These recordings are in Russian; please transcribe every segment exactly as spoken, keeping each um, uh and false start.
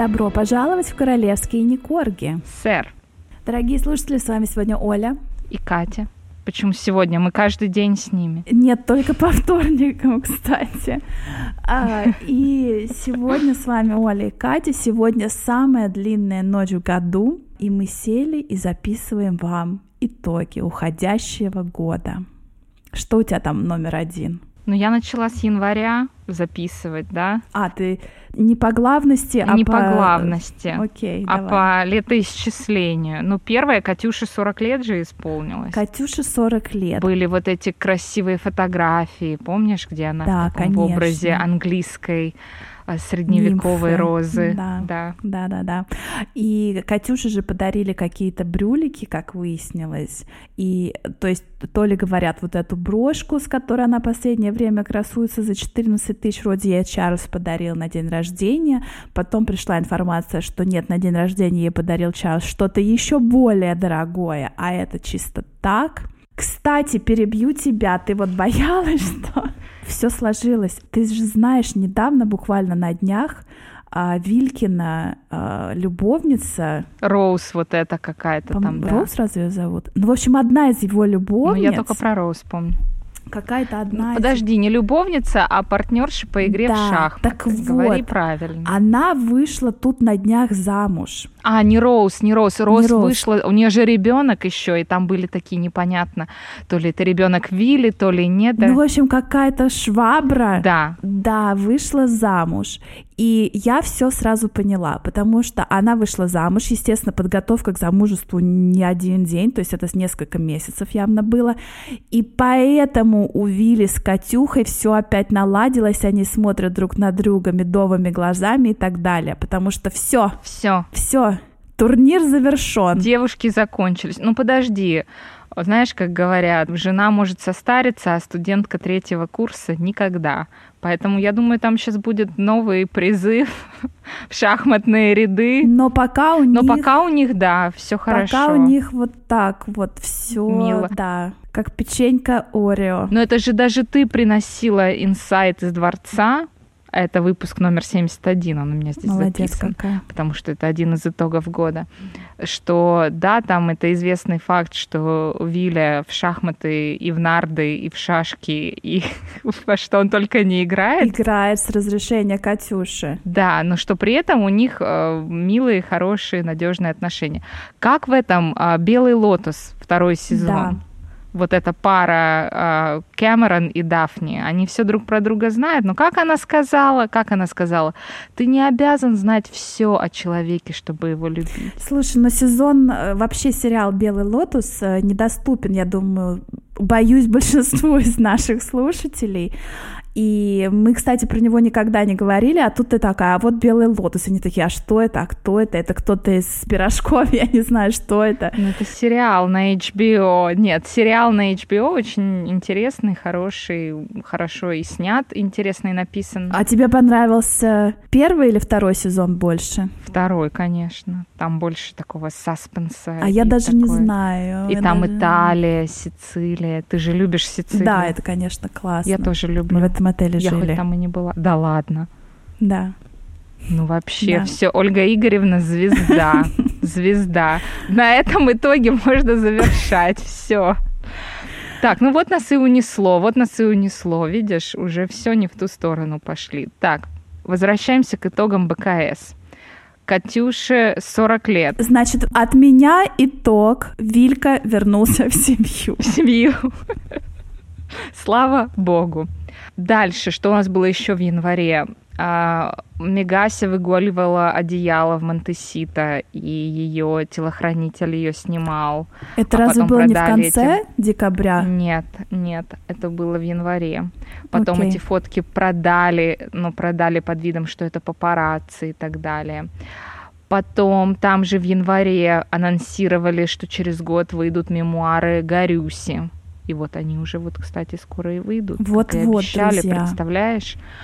Добро пожаловать в королевские Никорги. Сэр. Дорогие слушатели, с вами сегодня Оля и Катя. Почему сегодня? Мы каждый день с ними. Нет, только по вторникам, кстати. А, и сегодня с вами Оля и Катя. Сегодня самая длинная ночь в году, и мы сели и записываем вам итоги уходящего года. Что у тебя там номер один? Ну, я начала с января записывать, да? А, ты не по главности, а не по... по главности, Окей, а давай. по летоисчислению. Ну, первая, Катюше сорок лет же исполнилось. Катюше сорок лет. Были вот эти красивые фотографии, помнишь, где она да, в, таком, конечно. в образе английской средневековой Нимфы. розы. Да. Да. да, да, да. И Катюше же подарили какие-то брюлики, как выяснилось. И, то есть, то ли говорят, вот эту брошку, с которой она последнее время красуется за четырнадцать тысяч, вроде ей Чарльз подарил на день рождения. Потом пришла информация, что нет, на день рождения ей подарил Чарльз что-то еще более дорогое, а это чисто так. Кстати, перебью тебя, ты вот боялась, что все сложилось. Ты же знаешь, недавно, буквально на днях, Вилькина любовница... Роуз вот эта какая-то там, да. Роуз разве ее зовут? Ну, в общем, одна из его любовниц... Ну, я только про Роуз помню. Какая-то одна... Подожди, из... не любовница, а партнерша по игре да, в шахматы. Так Говори вот, правильно. Она вышла тут на днях замуж. А, не Роуз, не Роуз. Роуз не вышла, Роуз. У нее же ребенок еще, и там были такие непонятно, то ли это ребенок Вилли, то ли нет. Да? Ну, в общем, какая-то швабра. Да. Да, вышла замуж. И я все сразу поняла, потому что она вышла замуж. Естественно, подготовка к замужеству не один день, то есть это несколько месяцев явно было. И поэтому у Вилли с Катюхой все опять наладилось, они смотрят друг на друга медовыми глазами и так далее, потому что все, все, все, турнир завершен. Девушки закончились. Ну подожди. Знаешь, как говорят, жена может состариться, а студентка третьего курса никогда. Поэтому, я думаю, там сейчас будет новый призыв в шахматные ряды. Но пока у Но них... пока у них, да, все хорошо. Пока у них вот так вот все, мило. Да, как печенька Орео. Но это же даже ты приносила инсайт из дворца. Это выпуск номер семьдесят один, он у меня здесь Молодец записан, какая. Потому что это один из итогов года. Что, да, там это известный факт, что Виля в шахматы и в нарды, и в шашки, и во что он только не играет. Играет с разрешения Катюши. Да, но что при этом у них э, милые, хорошие, надежные отношения. Как в этом э, «Белый лотос» второй сезон? Да. Вот эта пара э, Кэмерон и Дафни, они все друг про друга знают, но как она сказала, как она сказала, ты не обязан знать все о человеке, чтобы его любить. Слушай, но сезон, вообще сериал «Белый лотос» недоступен, я думаю, боюсь, большинству из наших слушателей. И мы, кстати, про него никогда не говорили, а тут ты такая, а вот «Белый лотос». Они такие, а что это, а кто это? Это кто-то из пирожков, я не знаю, что это. Ну, это сериал на эйч би о. Нет, сериал на эйч би о очень интересный, хороший, хорошо и снят, интересно и написан. А тебе понравился первый или второй сезон больше? Второй, конечно. Там больше такого саспенса. А я даже такое... не знаю. И я там даже... Италия, Сицилия. Ты же любишь Сицилию? Да, это, конечно, классно. Я тоже люблю. Мы в этом отеле я жили. Я хоть там и не была. Да ладно. Да. Ну вообще, да. все, Ольга Игоревна звезда. Звезда. На этом итоге можно завершать. Все. Так, ну вот нас и унесло, вот нас и унесло. Видишь, уже все не в ту сторону пошли. Так, возвращаемся к итогам бэ ка эс. Катюше сорок лет. Значит, от меня итог. Вилька вернулся в семью. В семью. Слава богу. Дальше, что у нас было еще в январе? А, Мегася выгуливала одеяло в Монтесито, и ее телохранитель ее снимал. Это а разве было не в конце эти... декабря? Нет, нет, это было в январе. Потом Окей. эти фотки продали, но продали под видом, что это папарацци и так далее. Потом там же в январе анонсировали, что через год выйдут мемуары Гарюси. И вот они уже, вот, кстати, скоро и выйдут. Вот-вот, как и обещали, друзья. представляешь?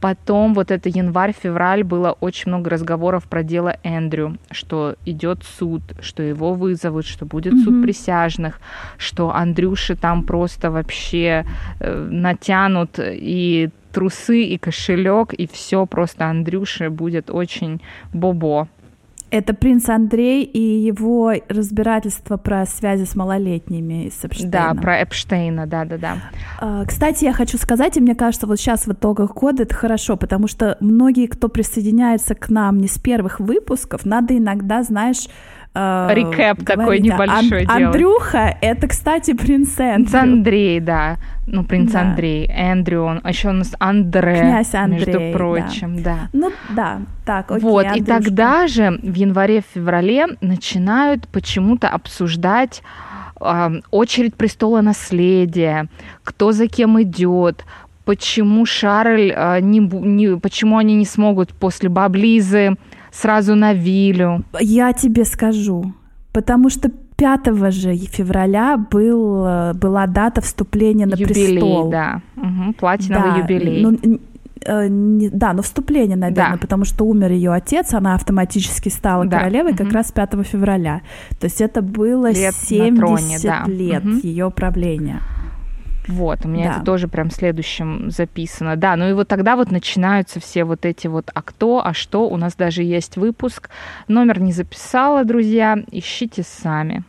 Потом вот это январь-февраль было очень много разговоров про дело Эндрю, что идет суд, что его вызовут, что будет mm-hmm. суд присяжных, что Андрюше там просто вообще э, натянут и трусы, и кошелек, и все просто Андрюше будет очень бобо. Это принц Андрей и его разбирательство про связи с малолетними с Эпштейном. Да, про Эпштейна, да-да-да. Кстати, я хочу сказать, и мне кажется, вот сейчас в итогах года это хорошо, потому что многие, кто присоединяется к нам не с первых выпусков, надо иногда, знаешь, рекэп uh, такой небольшой Ан- делать. Андрюха — это, кстати, принц Эндрю. Принц Андрей, да. Ну, принц да. Андрей. Эндрю, он, еще у нас Андре, князь Андрей, между прочим, да. да. Ну, да, так, окей, вот, Андрюшка. И тогда же в январе-феврале начинают почему-то обсуждать э, очередь престола наследия, кто за кем идет, почему Шарль, э, не, не, почему они не смогут после Баблизы сразу на виллу. Я тебе скажу, потому что пятого же февраля был, была дата вступления на юбилей, престол. Да, угу, платиновый да, юбилей. Ну, э, не, да, но вступление, наверное, да. потому что умер ее отец, она автоматически стала да. королевой угу. как раз пятого февраля. То есть это было лет семьдесят троне, да. лет угу. ее правления. Вот, у меня да. это тоже прям следующим записано. Да, ну и вот тогда вот начинаются все вот эти вот «а кто?», «а что?». У нас даже есть выпуск. Номер не записала, друзья, ищите сами.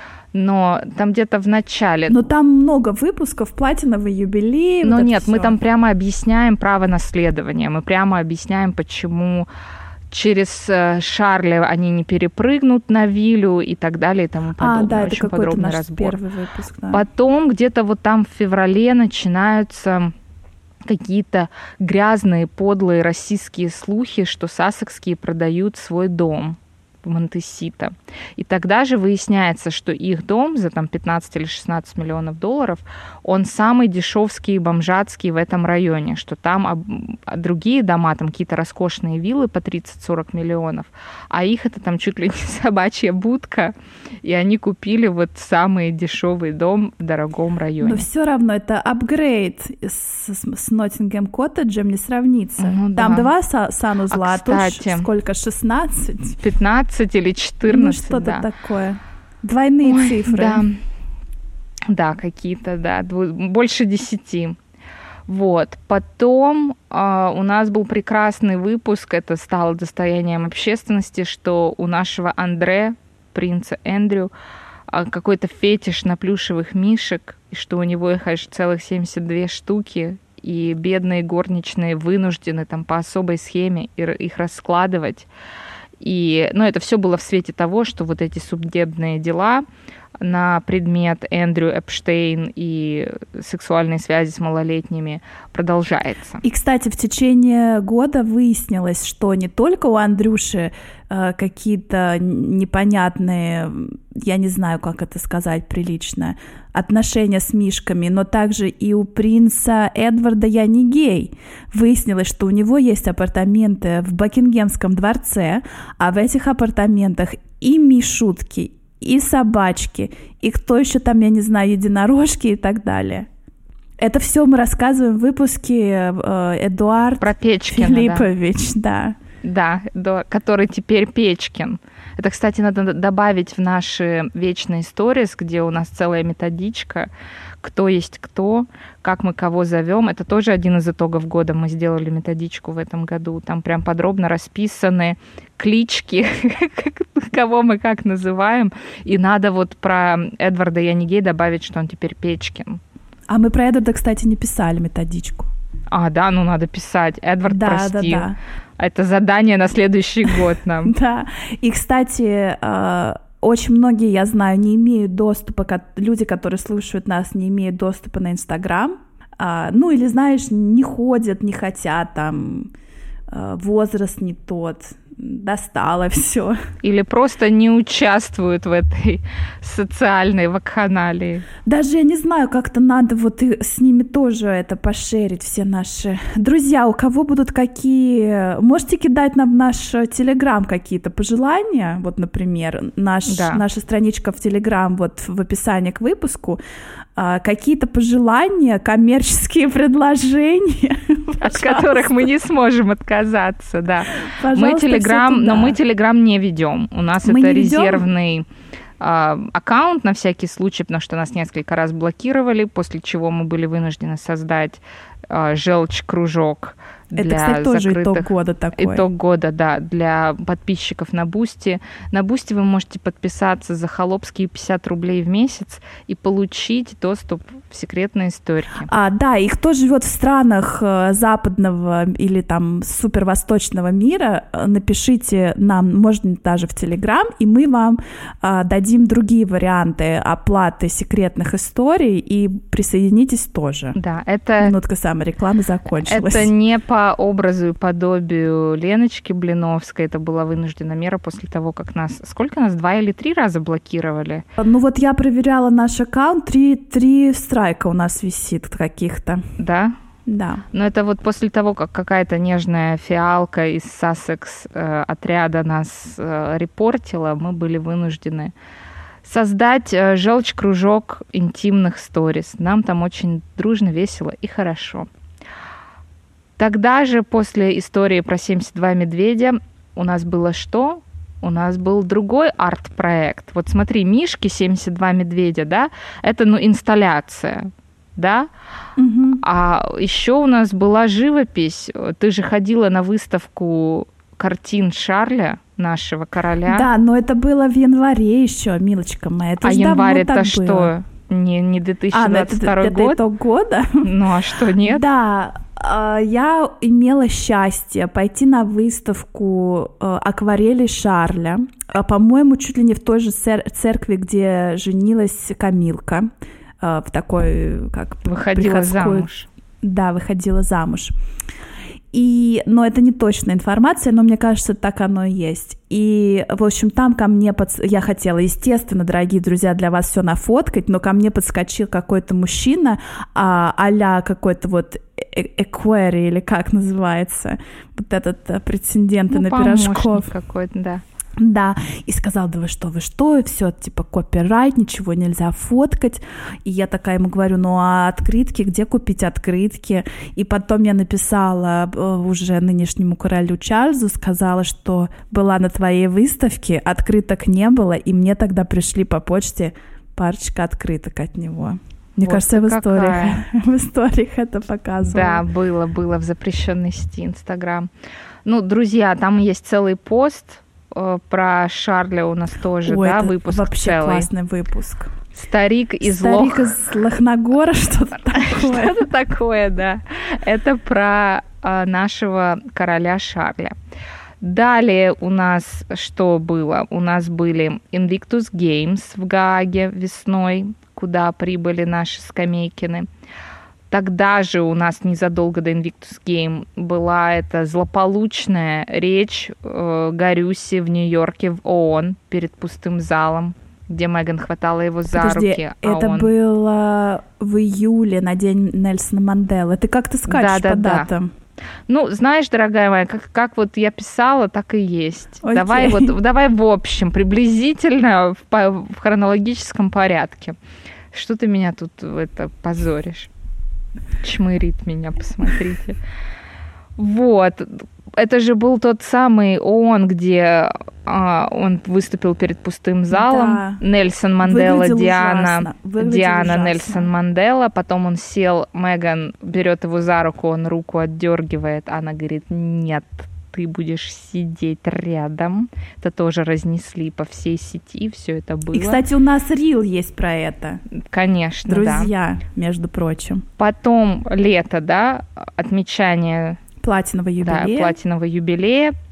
Но там где-то в начале... Но там много выпусков, платиновый юбилей. Но вот нет, мы мы там прямо объясняем право наследования, мы прямо объясняем, почему... через Шарля они не перепрыгнут на виллу и так далее и тому подобное. А, да, очень это подробный наш разбор. Первый выпуск, да. Потом где-то вот там в феврале начинаются какие-то грязные, подлые российские слухи, что сассекские продают свой дом в Монтесито. И тогда же выясняется, что их дом за там пятнадцать или шестнадцать миллионов долларов, он самый дешевский и бомжатский в этом районе, что там а другие дома, там какие-то роскошные виллы по тридцать-сорок миллионов, а их это там чуть ли не собачья будка, и они купили вот самый дешевый дом в дорогом районе. Но все равно это апгрейд с, с, с Ноттингем-коттеджем не сравнится. Ну, там да. два санузла, а, кстати, а тут сколько, шестнадцать? пятнадцать или четырнадцать, ну, что-то да. такое. Двойные Ой, цифры. Да, да какие-то, да, больше десяти. Вот. Потом э, у нас был прекрасный выпуск, это стало достоянием общественности, что у нашего Андре, принца Эндрю, э, какой-то фетиш на плюшевых мишек, и что у него их аж целых семьдесят две штуки, и бедные горничные вынуждены там по особой схеме их раскладывать. И, ну, это все было в свете того, что вот эти судебные дела на предмет Эндрю Эпштейн и сексуальные связи с малолетними продолжается. И, кстати, в течение года выяснилось, что не только у Андрюши э, какие-то непонятные, я не знаю, как это сказать прилично, отношения с мишками, но также и у принца Эдварда я не гей. Выяснилось, что у него есть апартаменты в Букингемском дворце, а в этих апартаментах и мишутки, и собачки, и кто еще там, я не знаю, единорожки и так далее. Это все мы рассказываем в выпуске э, Эдуард про Печкина, Филиппович, да. Да, да, который теперь Печкин. Это, кстати, надо добавить в наши вечные сторис, где у нас целая методичка, кто есть кто, как мы кого зовем. Это тоже один из итогов года. Мы сделали методичку в этом году. Там прям подробно расписаны клички, кого мы как называем. И надо вот про Эдварда Янигей добавить, что он теперь Печкин. А мы про Эдварда, кстати, не писали методичку. А, да, ну надо писать. Эдвард, да, прости. Да, да. Это задание на следующий год нам. Да. И, кстати, очень многие, я знаю, не имеют доступа, люди, которые слушают нас, не имеют доступа на Инстаграм. Ну, или, знаешь, не ходят, не хотят, там, возраст не тот. достало все. Или просто не участвуют в этой социальной вакханалии. Даже я не знаю, как-то надо вот и с ними тоже это пошерить, все наши друзья. У кого будут какие... Можете кидать нам наш Телеграм какие-то пожелания. Вот, например, наш, да. наша страничка в Телеграм вот в описании к выпуску. Какие-то пожелания, коммерческие предложения, от которых мы не сможем отказаться, да. Мы Телеграм, но мы Телеграм не ведем. У нас мы это резервный э, аккаунт на всякий случай, потому что нас несколько раз блокировали, после чего мы были вынуждены создать э, желчь-кружок. Это, для кстати, тоже закрытых... итог года такой. Итог года, да, для подписчиков на Бусти. На Бусти вы можете подписаться за холопские пятьдесят рублей в месяц и получить доступ в секретные истории. А, да, и кто живет в странах западного или там супервосточного мира, напишите нам, можно даже в Телеграм, и мы вам а, дадим другие варианты оплаты секретных историй, и присоединитесь тоже. Да, это... Минутка саморекламы закончилась. Это не по По образу и подобию Леночки Блиновской. Это была вынужденная мера после того, как нас... Сколько нас? Два или три раза блокировали? Ну вот я проверяла наш аккаунт, три, три страйка у нас висит каких-то. Да? Да. Но это вот после того, как какая-то нежная фиалка из Сассекс э, отряда нас э, репортила, мы были вынуждены создать э, желчь-кружок интимных сторис. Нам там очень дружно, весело и хорошо. Тогда же, после истории про семьдесят два медведя, у нас было что? У нас был другой арт-проект. Вот смотри, Мишки семьдесят два медведя, да, это, ну, инсталляция, да? Угу. А еще у нас была живопись. Ты же ходила на выставку картин Шарля, нашего короля. Да, но это было в январе еще, милочка моя. Это а январь это что? Было. Не, не две тысячи двадцать второй а, это, год? Это итог года? Ну, а что, нет? Да. Я имела счастье пойти на выставку акварелей Шарля, по-моему, чуть ли не в той же церкви, где женилась Камилка, в такой, как... Выходила приходской... замуж. Да, выходила замуж. И, но это не точная информация, но мне кажется, так оно и есть. И, в общем, там ко мне... Под... Я хотела, естественно, дорогие друзья, для вас все нафоткать, но ко мне подскочил какой-то мужчина а, а-ля какой-то вот эквери, или как называется, вот этот а, претенденты ну, на пирожков. Какой-то, да. Да, и сказал, да вы что, вы что, все, типа, копирайт, ничего нельзя фоткать. И я такая ему говорю, ну а открытки, где купить открытки? И потом я написала уже нынешнему королю Чарльзу, сказала, что была на твоей выставке, открыток не было, и мне тогда пришли по почте парочка открыток от него. Мне вот кажется, в историях, в историях это показывало. Да, было, было в запрещенной сети Инстаграм. Ну, друзья, там есть целый пост про Шарля у нас тоже, Ой, да, это выпуск вообще целый. Классный выпуск. Старик из Старик Лох... из Лохнагора, что-то такое. Что-то такое, да. Это про а, нашего короля Шарля. Далее у нас что было? У нас были Invictus Games в Гааге весной, куда прибыли наши Скамейкины. Тогда же у нас незадолго до Invictus Game была эта злополучная речь э, Гарюси в Нью-Йорке в ООН перед пустым залом, где Меган хватала его за Подожди, руки. А это он... было в июле, на день Нельсона Манделы. Ты как-то скачешь да, по да, датам? Да. Ну, знаешь, дорогая моя, как, как вот я писала, так и есть. Окей. Давай вот, давай в общем, приблизительно в, в хронологическом порядке. Что ты меня тут это позоришь? Чмырит меня, посмотрите. Вот. Это же был тот самый ООН, где а, он выступил перед пустым залом. Да. Нельсон Мандела, Выглядел Диана, Диана Нельсон Мандела. Потом он сел, Меган берет его за руку, он руку отдергивает. Она говорит, нет, ты будешь сидеть рядом. Это тоже разнесли по всей сети, все это было. И, кстати, у нас рил есть про это. Конечно, Друзья, да. между прочим. Потом лето, да, отмечание... Платинового юбилея. Да, платинового юбилея.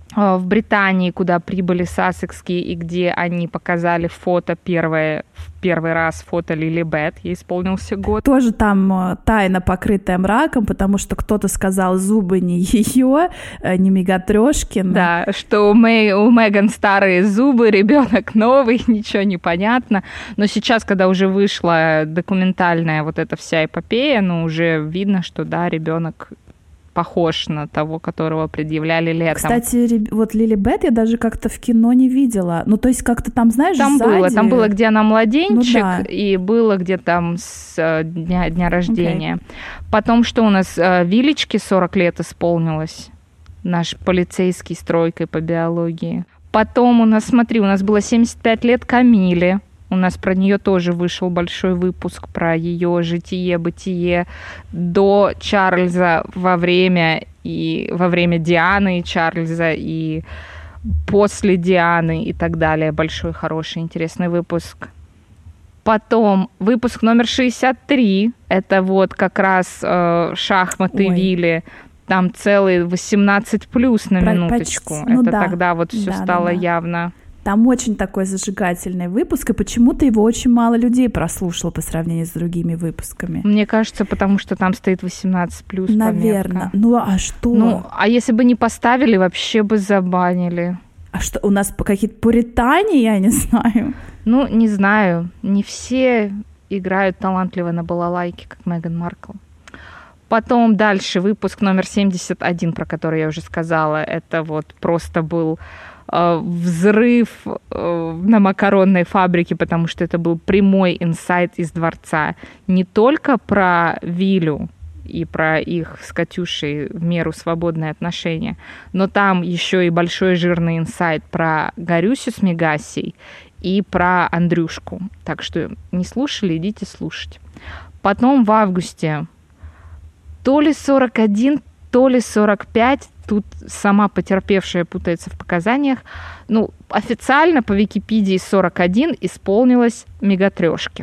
в Британии, куда прибыли Сассекские, и где они показали фото первое, в первый раз фото Лилибет, ей исполнился год. Тоже там тайна, покрытая мраком, потому что кто-то сказал, зубы не ее, не Мегатрёшкина. Да, что у, Мэй, у Меган старые зубы, ребенок новый, ничего не понятно. Но сейчас, когда уже вышла документальная вот эта вся эпопея, ну, уже видно, что, да, ребенок похож на того, которого предъявляли летом. Кстати, вот Лилибет я даже как-то в кино не видела. Ну, то есть как-то там, знаешь, там сзади... было, там было, где она младенчик, ну, да. И было, где там с дня, дня рождения. Okay. Потом, что у нас, Вилечке сорок лет исполнилось, наш полицейский с тройкой по биологии. Потом у нас, смотри, у нас было семьдесят пять лет Камиле. У нас про нее тоже вышел большой выпуск про ее житие-бытие до Чарльза, во время и во время Дианы и Чарльза, и после Дианы и так далее. Большой, хороший, интересный выпуск. Потом выпуск номер шестьдесят три. Это вот как раз э, шахматы Ой. Вилли. Там целый восемнадцать плюс на про, минуточку. Почти, ну, это да. Тогда вот все да, стало да, да. явно. Там очень такой зажигательный выпуск, и почему-то его очень мало людей прослушало по сравнению с другими выпусками. Мне кажется, потому что там стоит восемнадцать плюс. Наверное. Ну, а что? Ну, а если бы не поставили, вообще бы забанили. А что, у нас какие-то пуритане, я не знаю? Ну, не знаю. Не все играют талантливо на балалайке, как Меган Маркл. Потом дальше выпуск номер семьдесят один, про который я уже сказала. Это вот просто был... взрыв на макаронной фабрике, потому что это был прямой инсайт из дворца. Не только про Вилю и про их с Катюшей в меру свободные отношения, но там еще и большой жирный инсайт про Горюсю с Мегасей и про Андрюшку. Так что не слушали, идите слушать. Потом в августе то ли сорок один, то ли сорок пять, тут сама потерпевшая путается в показаниях. Ну, официально по Википедии сорок один исполнилось Мегатрёшке.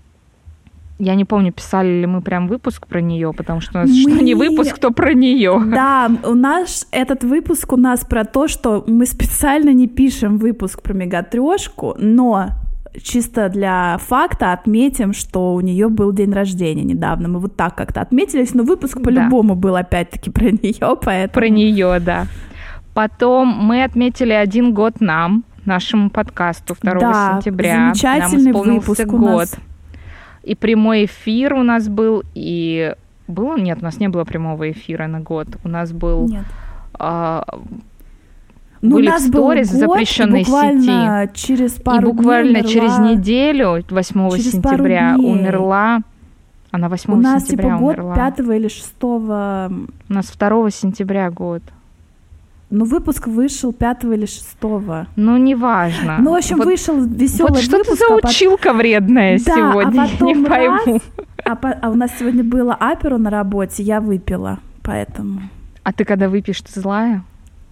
Я не помню, писали ли мы прям выпуск про нее, потому что у нас мы... что не выпуск, то про нее. Да, у нас этот выпуск у нас про то, что мы специально не пишем выпуск про Мегатрёшку, но чисто для факта отметим, что у нее был день рождения недавно. Мы вот так как-то отметились, но выпуск по-любому да. был опять-таки про нее, поэтому... Про нее, да. Потом мы отметили один год нам, нашему подкасту, второго да, сентября. Замечательный нам исполнился выпуск год. У нас. И прямой эфир у нас был, и... Было? Нет, у нас не было прямого эфира на год. У нас был... Нет. А... Ну, были у нас в сторис был год, запрещенной буквально сети. Через пару и буквально дней через неделю, восьмого через сентября, умерла. Она восьмого у нас, сентября типа, год умерла. пятого или шестого. У нас второго сентября год. Ну, выпуск вышел пятого или шестого. Ну, неважно. Ну, в общем, вот, вышел веселый вот выпуск. Вот что ты за училка а вредная да, сегодня, а потом не пойму. Раз, а, по... а у нас сегодня было аперо на работе, я выпила, поэтому... А ты когда выпьешь, ты злая?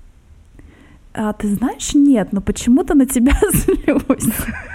А ты знаешь, нет, но почему-то на тебя злюсь.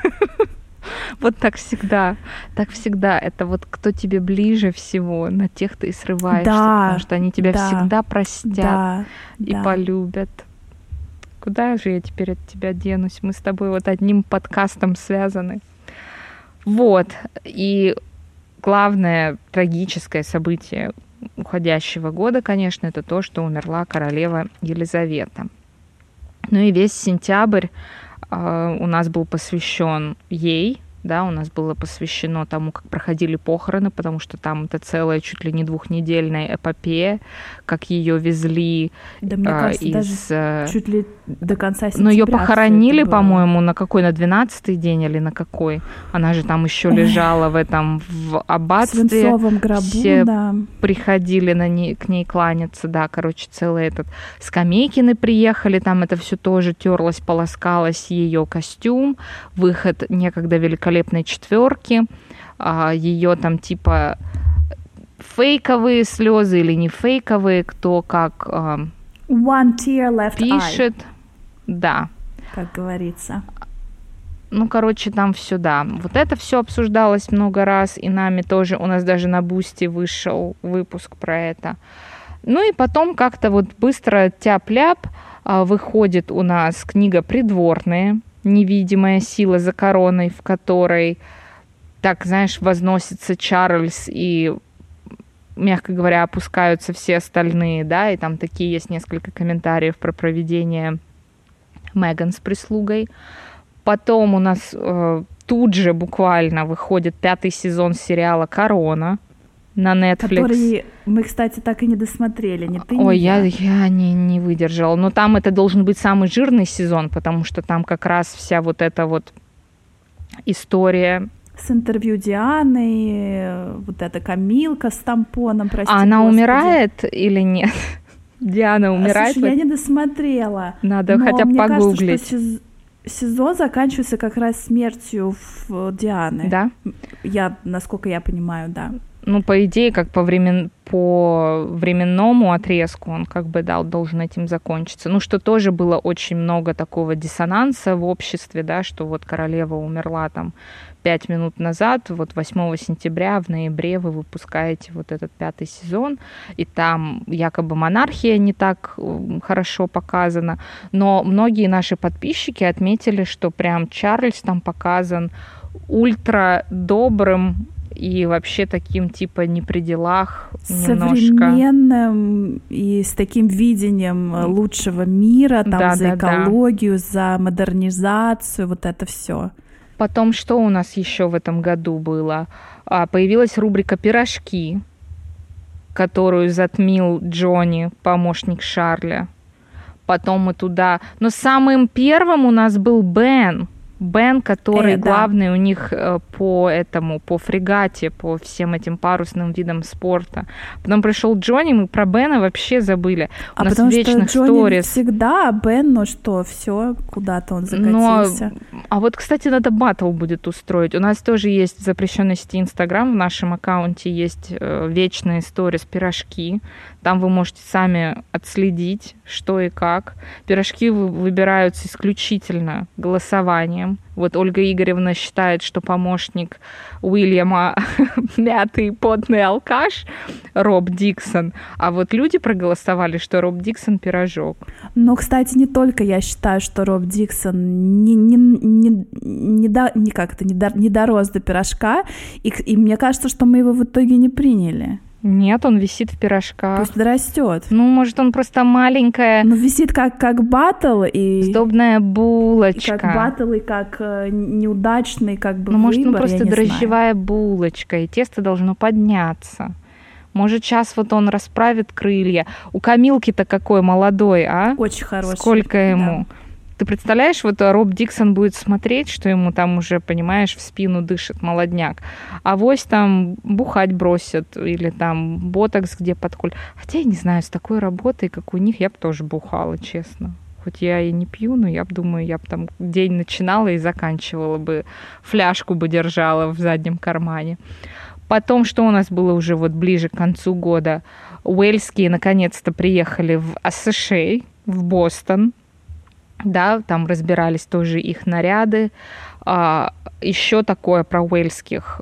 Вот так всегда, так всегда. Это вот кто тебе ближе всего, на тех ты и срываешься, да, потому что они тебя да, всегда простят да, и да. полюбят. Куда же я теперь от тебя денусь? Мы с тобой вот одним подкастом связаны. Вот. И главное трагическое событие уходящего года, конечно, это то, что умерла королева Елизавета. Ну и весь сентябрь э, у нас был посвящен ей, да, у нас было посвящено тому, как проходили похороны, потому что там это целая чуть ли не двухнедельная эпопея, как ее везли да, мне э, кажется, из... Даже чуть ли до конца сентября. Но ее похоронили, по-моему, на какой, на двенадцатый день или на какой? Она же там еще лежала в этом, в аббатстве. В свинцовом гробу, все да. приходили на ней, к ней кланяться, да, короче, целый этот... Скамейкины приехали, там это все тоже терлось, полоскалось, ее костюм, выход некогда великолепный четверки, ее там типа фейковые слезы или не фейковые, кто как One tear left пишет, eye. Да, как говорится. Ну, короче, там все, да. Вот это все обсуждалось много раз, и нами тоже, у нас даже на Бусти вышел выпуск про это. Ну и потом как-то вот быстро тяп-ляп Выходит у нас книга «Придворные. Невидимая сила за короной», в которой, так, знаешь, возносится Чарльз и, мягко говоря, опускаются все остальные, да, и там такие есть несколько комментариев про проведение Меган с прислугой. Потом у нас э, тут же буквально выходит пятый сезон сериала «Корона» на Netflix. Который мы, кстати, так и не досмотрели, не ты, Ой, не я, я. я не, не выдержала. Но там это должен быть самый жирный сезон, потому что там как раз вся вот эта вот история... С интервью Дианы, вот эта Камилка с тампоном, прости, А она Господи. Умирает или нет? Диана умирает? Слушай, я не досмотрела. Надо но хотя бы мне погуглить. Кажется, что сезон заканчивается как раз смертью Дианы. Да? Я, насколько я понимаю, да. Ну, по идее, как по, времен... по временному отрезку он как бы да, должен этим закончиться. Ну, что тоже было очень много такого диссонанса в обществе, да, что вот королева умерла там пять минут назад, вот восьмого сентября, в ноябре вы выпускаете вот этот пятый сезон, и там якобы монархия не так хорошо показана, но многие наши подписчики отметили, что прям Чарльз там показан ультра добрым, и вообще таким типа не при делах немножко. Современным и с таким видением лучшего мира, там да, за да, экологию, да. за модернизацию, вот это все. Потом что у нас еще в этом году было? А, появилась рубрика «Пирожки», которую затмил Джонни, помощник Шарля. Потом мы туда... Но самым первым у нас был Бен. Бен, который э, да. главный у них по этому, по фрегате, по всем этим парусным видам спорта. Потом пришел Джонни, мы про Бена вообще забыли. А у нас потому вечных что Джонни сторис. всегда, а Бен, ну что, все, куда-то он закатился. Но, а вот, кстати, надо баттл будет устроить. У нас тоже есть в запрещенной сети Инстаграм, в нашем аккаунте есть э, вечные сторис пирожки. Там вы можете сами отследить, что и как. Пирожки выбираются исключительно голосованием. Вот Ольга Игоревна считает, что помощник Уильяма мятый потный алкаш Роб Диксон, а вот люди проголосовали, что Роб Диксон пирожок. Но, кстати, не только я считаю, что Роб Диксон не, не, не, не, до, не, как-то не, до, не дорос до пирожка, и, и мне кажется, что мы его в итоге не приняли. Нет, он висит в пирожках. Пусть растет. Ну, может, он просто маленькая... Ну, висит как, как баттл и... Сдобная булочка. И как баттл, и как э, неудачный как бы ну, выбор, может, он просто дрожжевая знаю. булочка, и тесто должно подняться. Может, сейчас вот он расправит крылья. У Камилки-то какой молодой, а? Очень хороший. Сколько ему? Да. Ты представляешь, вот Роб Диксон будет смотреть, что ему там уже, понимаешь, в спину дышит молодняк. А вось там бухать бросят или там ботокс где подколь. Хотя я не знаю, с такой работой, как у них, я бы тоже бухала, честно. Хоть я и не пью, но я бы, думаю, я бы там день начинала и заканчивала бы, фляжку бы держала в заднем кармане. Потом, что у нас было уже вот ближе к концу года? Уэльские наконец-то приехали в Ассошей, в Бостон. Да, там разбирались тоже их наряды. А, еще такое про уэльских,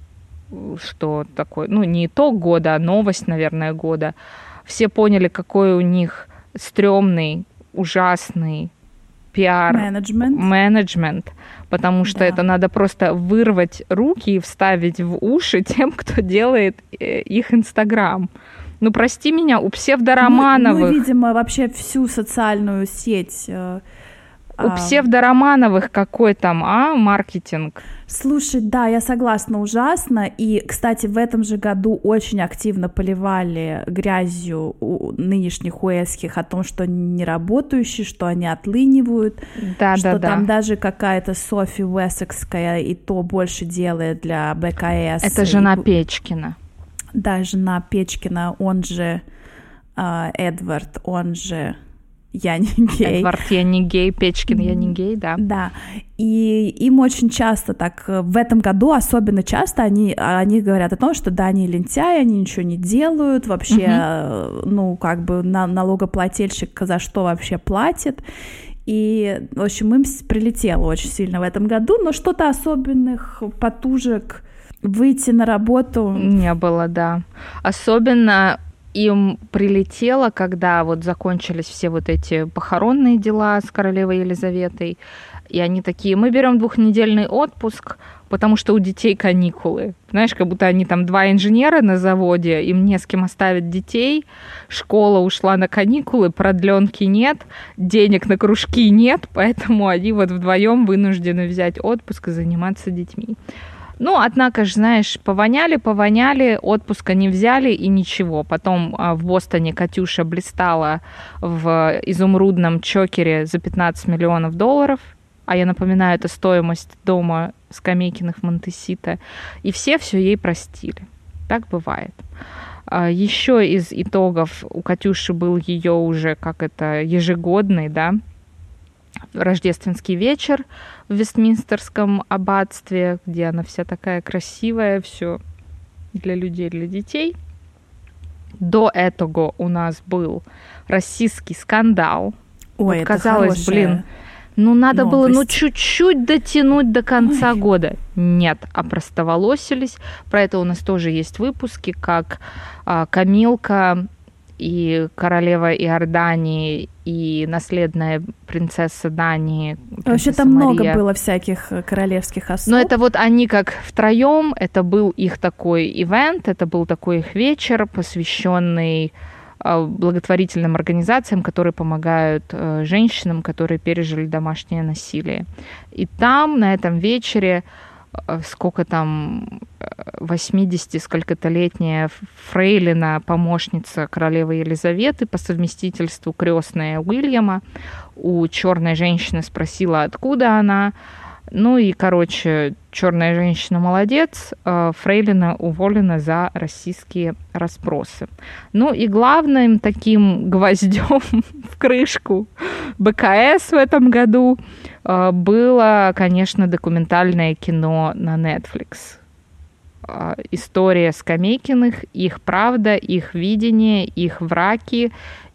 что такое, ну, не итог года, а новость, наверное, года. Все поняли, какой у них стрёмный, ужасный пиар, менеджмент, менеджмент потому что да. это надо просто вырвать руки и вставить в уши тем, кто делает их Инстаграм. Ну, прости меня, у псевдоромановых... Ну, ну, видимо, вообще всю социальную сеть... У псевдоромановых какой там, а, маркетинг? Слушай, да, я согласна, ужасно. И, кстати, в этом же году очень активно поливали грязью у нынешних уэльских о том, что они не работающие, что они отлынивают, да, что да, там да. даже какая-то Софи Уэссекская и то больше делает для БКС. Это жена и... Печкина. Да, жена Печкина, он же э, Эдвард, он же... Я не гей. Эдвард, я не гей, Печкин, я не гей, да. Да, и им очень часто так, в этом году особенно часто они, они говорят о том, что да, они лентяи, они ничего не делают, вообще, uh-huh. ну, как бы налогоплательщик за что вообще платит. И, в общем, им прилетело очень сильно в этом году, но что-то особенных потужек выйти на работу... Не было, да. Особенно... им прилетело, когда вот закончились все вот эти похоронные дела с королевой Елизаветой, и они такие: мы берем двухнедельный отпуск, потому что у детей каникулы. Знаешь, как будто они там два инженера на заводе, им не с кем оставить детей, школа ушла на каникулы, продленки нет, денег на кружки нет, поэтому они вот вдвоем вынуждены взять отпуск и заниматься детьми. Ну, однако же, знаешь, повоняли, повоняли, отпуска не взяли и ничего. Потом в Бостоне Катюша блистала в изумрудном чокере за пятнадцать миллионов долларов. А я напоминаю, это стоимость дома Скамейкиных в Монтесито. И все все ей простили. Так бывает. Еще из итогов у Катюши был ее уже, как это, ежегодный, да, рождественский вечер в Вестминстерском аббатстве, где она вся такая красивая, все для людей, для детей. До этого у нас был российский скандал. Ой, вот, казалось, блин, ну надо новость. было ну чуть-чуть дотянуть до конца Ой. года. Нет, опростоволосились. Про это у нас тоже есть выпуски, как а, Камилка и королева Иордании, и наследная принцесса Дании. Вообще там много было всяких королевских особ. Но это вот они как втроем, это был их такой ивент, это был такой их вечер, посвященный благотворительным организациям, которые помогают женщинам, которые пережили домашнее насилие. И там, на этом вечере, сколько там, восьмидесяти сколько-то летняя фрейлина, помощница королевы Елизаветы, по совместительству крестная Уильяма, у черной женщины спросила, откуда она. Ну и, короче, черная женщина молодец, фрейлина уволена за расистские расспросы. Ну и главным таким гвоздем в крышку БКС в этом году было, конечно, документальное кино на Netflix. История Скамейкиных, их правда, их видение, их враки,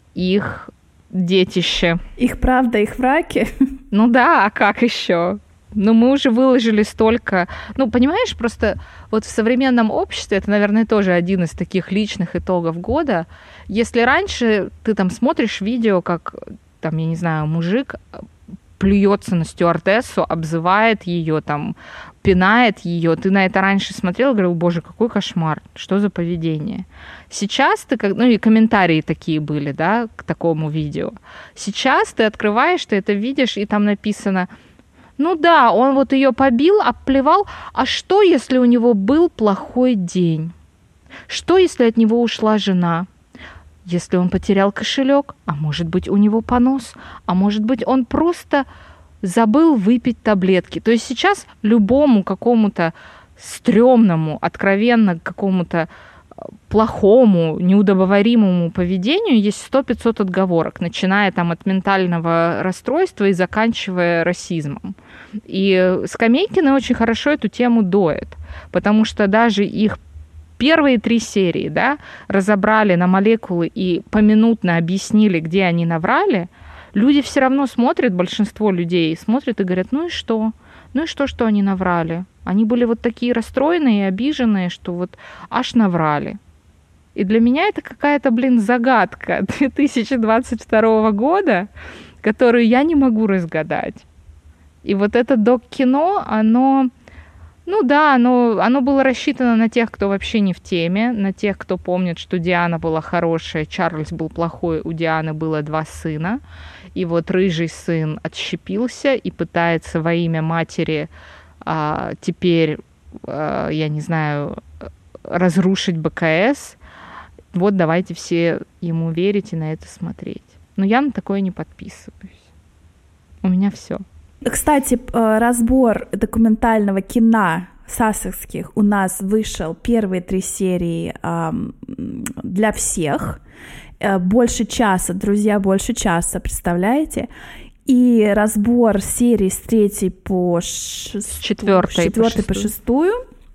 их детище. Их правда, их враки? Ну да, а как еще? Ну, мы уже выложили столько... Ну, понимаешь, просто вот в современном обществе, это, наверное, тоже один из таких личных итогов года. Если раньше ты там смотришь видео, как, там, я не знаю, мужик плюется на стюардессу, обзывает ее, там, пинает ее, ты на это раньше смотрел и говорил: боже, какой кошмар, что за поведение. Сейчас ты, как, ну и комментарии такие были, да, к такому видео. Сейчас ты открываешь, ты это видишь, и там написано: ну да, он вот ее побил, обплевал, а что, если у него был плохой день? Что, если от него ушла жена? Если он потерял кошелек, а может быть, у него понос, а может быть, он просто забыл выпить таблетки. То есть сейчас любому какому-то стрёмному, откровенно какому-то плохому, неудобоваримому поведению есть сто-пятьсот отговорок, начиная там от ментального расстройства и заканчивая расизмом. И Скамейкины очень хорошо эту тему доят, потому что даже их первые три серии, да, разобрали на молекулы и поминутно объяснили, где они наврали, люди все равно смотрят, большинство людей смотрят и говорят: ну и что? Ну и что, что они наврали? Они были вот такие расстроенные и обиженные, что вот аж наврали. И для меня это какая-то, блин, загадка две тысячи двадцать второго года, которую я не могу разгадать. И вот это док-кино, оно... Ну да, оно, оно было рассчитано на тех, кто вообще не в теме, на тех, кто помнит, что Диана была хорошая, Чарльз был плохой, у Дианы было два сына. И вот рыжий сын отщепился и пытается во имя матери а, теперь, а, я не знаю, разрушить БКС. Вот давайте все ему верить и на это смотреть. Но я на такое не подписываюсь. У меня все. Кстати, разбор документального кино сассекских у нас вышел, первые три серии эм, для всех. Больше часа, друзья, больше часа, представляете? И разбор серий с третьей по шестую, четвёртой, четвёртой по шестую,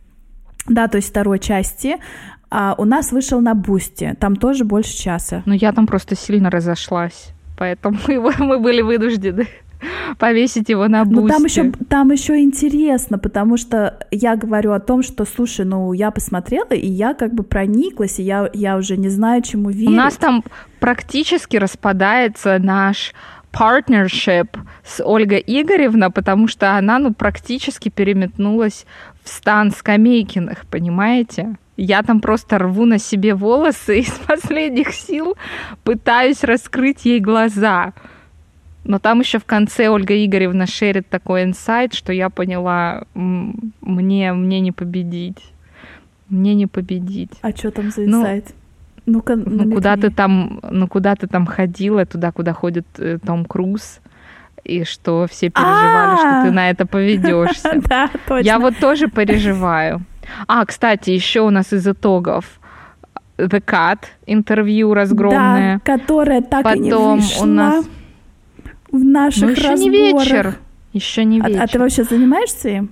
да, то есть второй части, а у нас вышел на Бусти, там тоже больше часа. Ну, я там просто сильно разошлась, поэтому мы были вынуждены повесить его на бусте. Ну, там еще, там еще интересно, потому что я говорю о том, что, слушай, ну, я посмотрела, и я как бы прониклась, и я, я уже не знаю, чему верить. У нас там практически распадается наш partnership с Ольгой Игоревной, потому что она, ну, практически переметнулась в стан Скамейкиных, понимаете? Я там просто рву на себе волосы и из последних сил пытаюсь раскрыть ей глаза. Но там еще в конце Ольга Игоревна шерит такой инсайт, что я поняла, мне, мне не победить. Мне не победить. А что там за инсайт? Ну, Ну-ка, ну куда ты там, ну куда ты там ходила, туда, куда ходит э, Том Круз, и что все переживали, что ты на это поведешься. Да, точно. Я вот тоже переживаю. А, кстати, еще у нас из итогов The Cut интервью разгромное, да, которое так и не вышло у нас в наших ну, еще разборах. не вечер, еще не вечер. А, а ты вообще занимаешься им?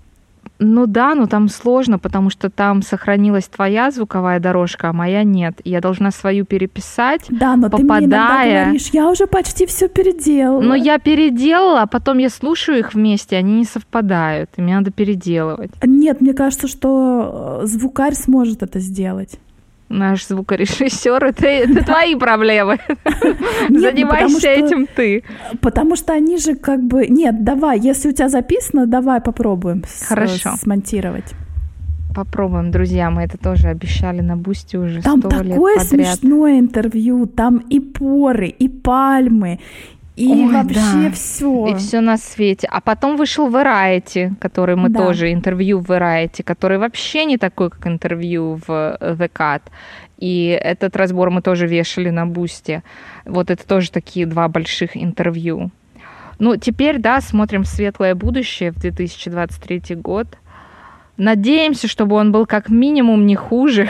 Ну да, но там сложно, потому что там сохранилась твоя звуковая дорожка, а моя нет. И я должна свою переписать, да, но попадая... ты мне иногда говоришь, я уже почти все переделала. Но я переделала, а потом я слушаю их вместе, они не совпадают, и мне надо переделывать. Нет, мне кажется, что звукарь сможет это сделать. Наш звукорежиссер, это, это твои проблемы. Занимайся этим ты. Потому что они же как бы... Нет, давай, если у тебя записано, давай попробуем Хорошо. Смонтировать. Попробуем, друзья, мы это тоже обещали на Бусти уже сто лет подряд. Там такое смешное интервью, там и поры, и пальмы, и Ой, вообще да. все. И все на свете. А потом вышел Variety, который мы да. тоже, интервью в Variety, который вообще не такой, как интервью в The Cut. И этот разбор мы тоже вешали на Бусти. Вот это тоже такие два больших интервью. Ну, теперь, да, смотрим в светлое будущее, в две тысячи двадцать третий год. Надеемся, чтобы он был как минимум не хуже.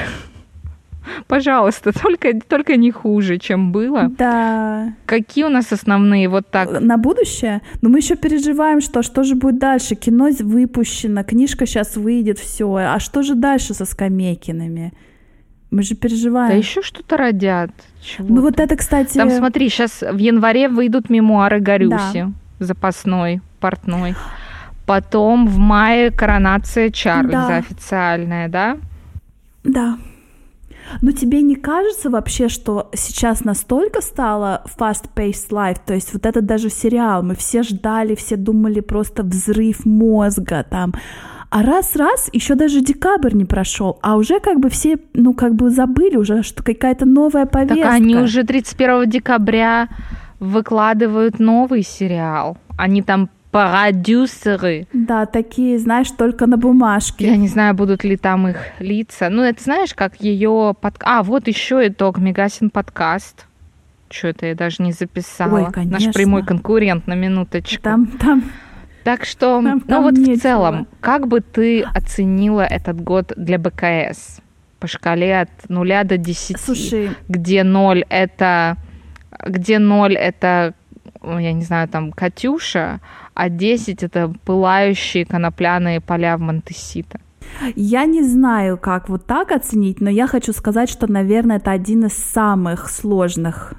Пожалуйста, только, только не хуже, чем было. Да. Какие у нас основные вот так? На будущее? Но мы еще переживаем, что что же будет дальше. Кино выпущено, книжка сейчас выйдет, все. А что же дальше со Скамейкиными? Мы же переживаем. Да еще что-то родят. Чего ну там? Вот это, кстати... Там, смотри, сейчас в январе выйдут мемуары Горюси, да. запасной, портной. Потом в мае коронация Чарльза да. официальная, да? Да. Но тебе не кажется вообще, что сейчас настолько стало fast-paced life, то есть вот это даже сериал, мы все ждали, все думали просто взрыв мозга там, а раз-раз, еще даже декабрь не прошел, а уже как бы все, ну как бы забыли уже, что какая-то новая повестка. Так они уже тридцать первого декабря выкладывают новый сериал, они там продюсеры. Да, такие, знаешь, только на бумажке. Я не знаю, будут ли там их лица. Ну, это знаешь, как ее... Под... А, вот еще итог. Мегасин подкаст. Что это я даже не записала. Ой, конечно. Наш прямой конкурент, на минуточку. Там, там... Так что, там, ну там вот нечего. В целом, как бы ты оценила этот год для БКС? По шкале от нуля до десяти. Слушай. Где ноль это... Где ноль это, я не знаю, там, Катюша, а десять — это пылающие конопляные поля в Монтесито. Я не знаю, как вот так оценить, но я хочу сказать, что, наверное, это один из самых сложных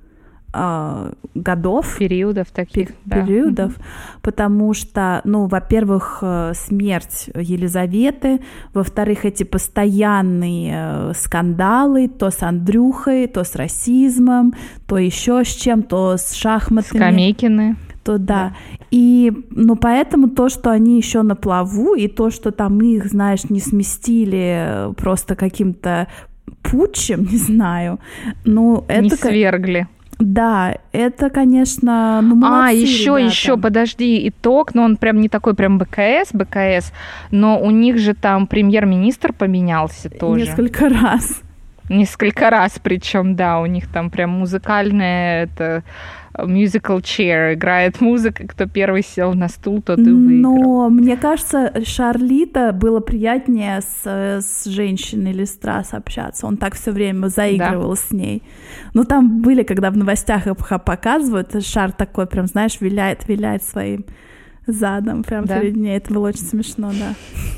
э, годов. Периодов таких, пер- да. Периодов, mm-hmm. потому что, ну, во-первых, смерть Елизаветы, во-вторых, эти постоянные скандалы, то с Андрюхой, то с расизмом, то еще с чем, то с шахматами. Скамейкины. То да. И, ну, поэтому то, что они еще на плаву, и то, что там их, знаешь, не сместили просто каким-то путчем, не знаю, ну, это... Не свергли. Да, это, конечно, ну, молодцы, А, еще, ребята. еще, подожди, итог, но он прям не такой прям БКС, БКС, но у них же там премьер-министр поменялся тоже. Несколько раз. Несколько раз, причем, да, у них там прям музыкальная, это... musical chair, играет музыка, кто первый сел на стул, тот и выиграл. Но мне кажется, Шарлита было приятнее с, с женщиной Листрас общаться. Он так все время заигрывал да. с ней. Ну, там были, когда в новостях их показывают, Шар такой прям, знаешь, виляет, виляет своим задом прям да. перед ней. Это было очень смешно, да.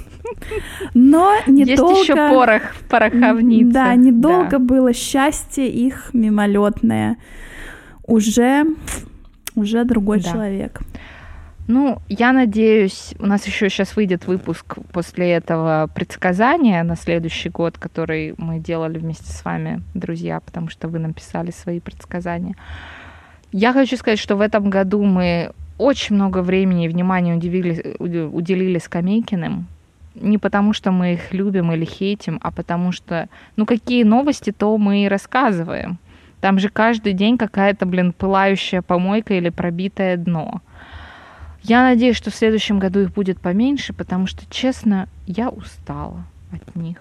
Но недолго... Есть еще порох в пороховнице. Да, недолго да. было счастье их мимолетное. Уже Уже другой Да. человек. Ну, я надеюсь, у нас еще сейчас выйдет выпуск после этого предсказания на следующий год, который мы делали вместе с вами, друзья, потому что вы нам писали свои предсказания. Я хочу сказать, что в этом году мы очень много времени и внимания уделили, уделили Скамейкиным. Не потому, что мы их любим или хейтим, а потому что, ну, какие новости, то мы и рассказываем. Там же каждый день какая-то, блин, пылающая помойка или пробитое дно. Я надеюсь, что в следующем году их будет поменьше, потому что, честно, я устала от них.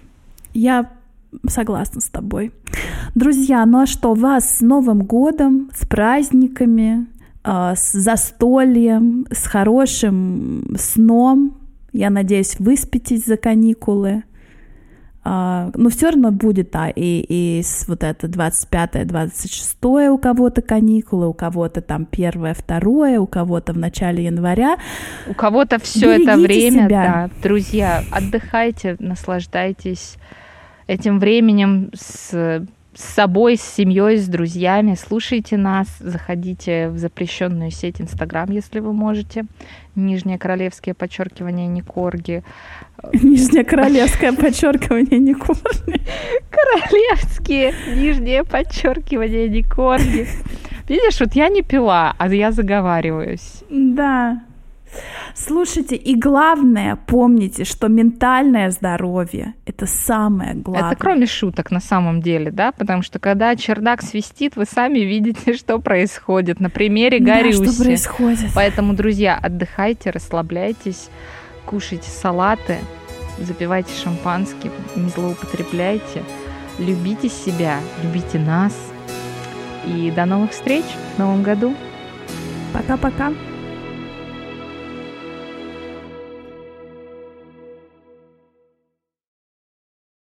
Я согласна с тобой. Друзья, ну а что, вас с Новым годом, с праздниками, с застольем, с хорошим сном. Я надеюсь, выспитесь за каникулы. Uh, но все равно будет, да, и, и с вот это двадцать пятое двадцать шестое у кого-то каникулы, у кого-то там первое второе, у кого-то в начале января. У кого-то все это время, себя. Да, друзья, отдыхайте, наслаждайтесь этим временем с, с собой, с семьей, с друзьями, слушайте нас, заходите в запрещенную сеть Инстаграм, если вы можете. Нижнее королевское подчеркивание Никорги. Нижнее королевское подчеркивание Никорги. Королевские нижнее подчеркивание Никорги. Видишь, вот я не пила, а я заговариваюсь. Да. Слушайте, и главное, помните, что ментальное здоровье – это самое главное. Это кроме шуток на самом деле, да? Потому что когда чердак свистит, вы сами видите, что происходит на примере Горюси. Да, что происходит. Поэтому, друзья, отдыхайте, расслабляйтесь, кушайте салаты, запивайте шампанским, не злоупотребляйте, любите себя, любите нас. И до новых встреч в новом году. Пока-пока.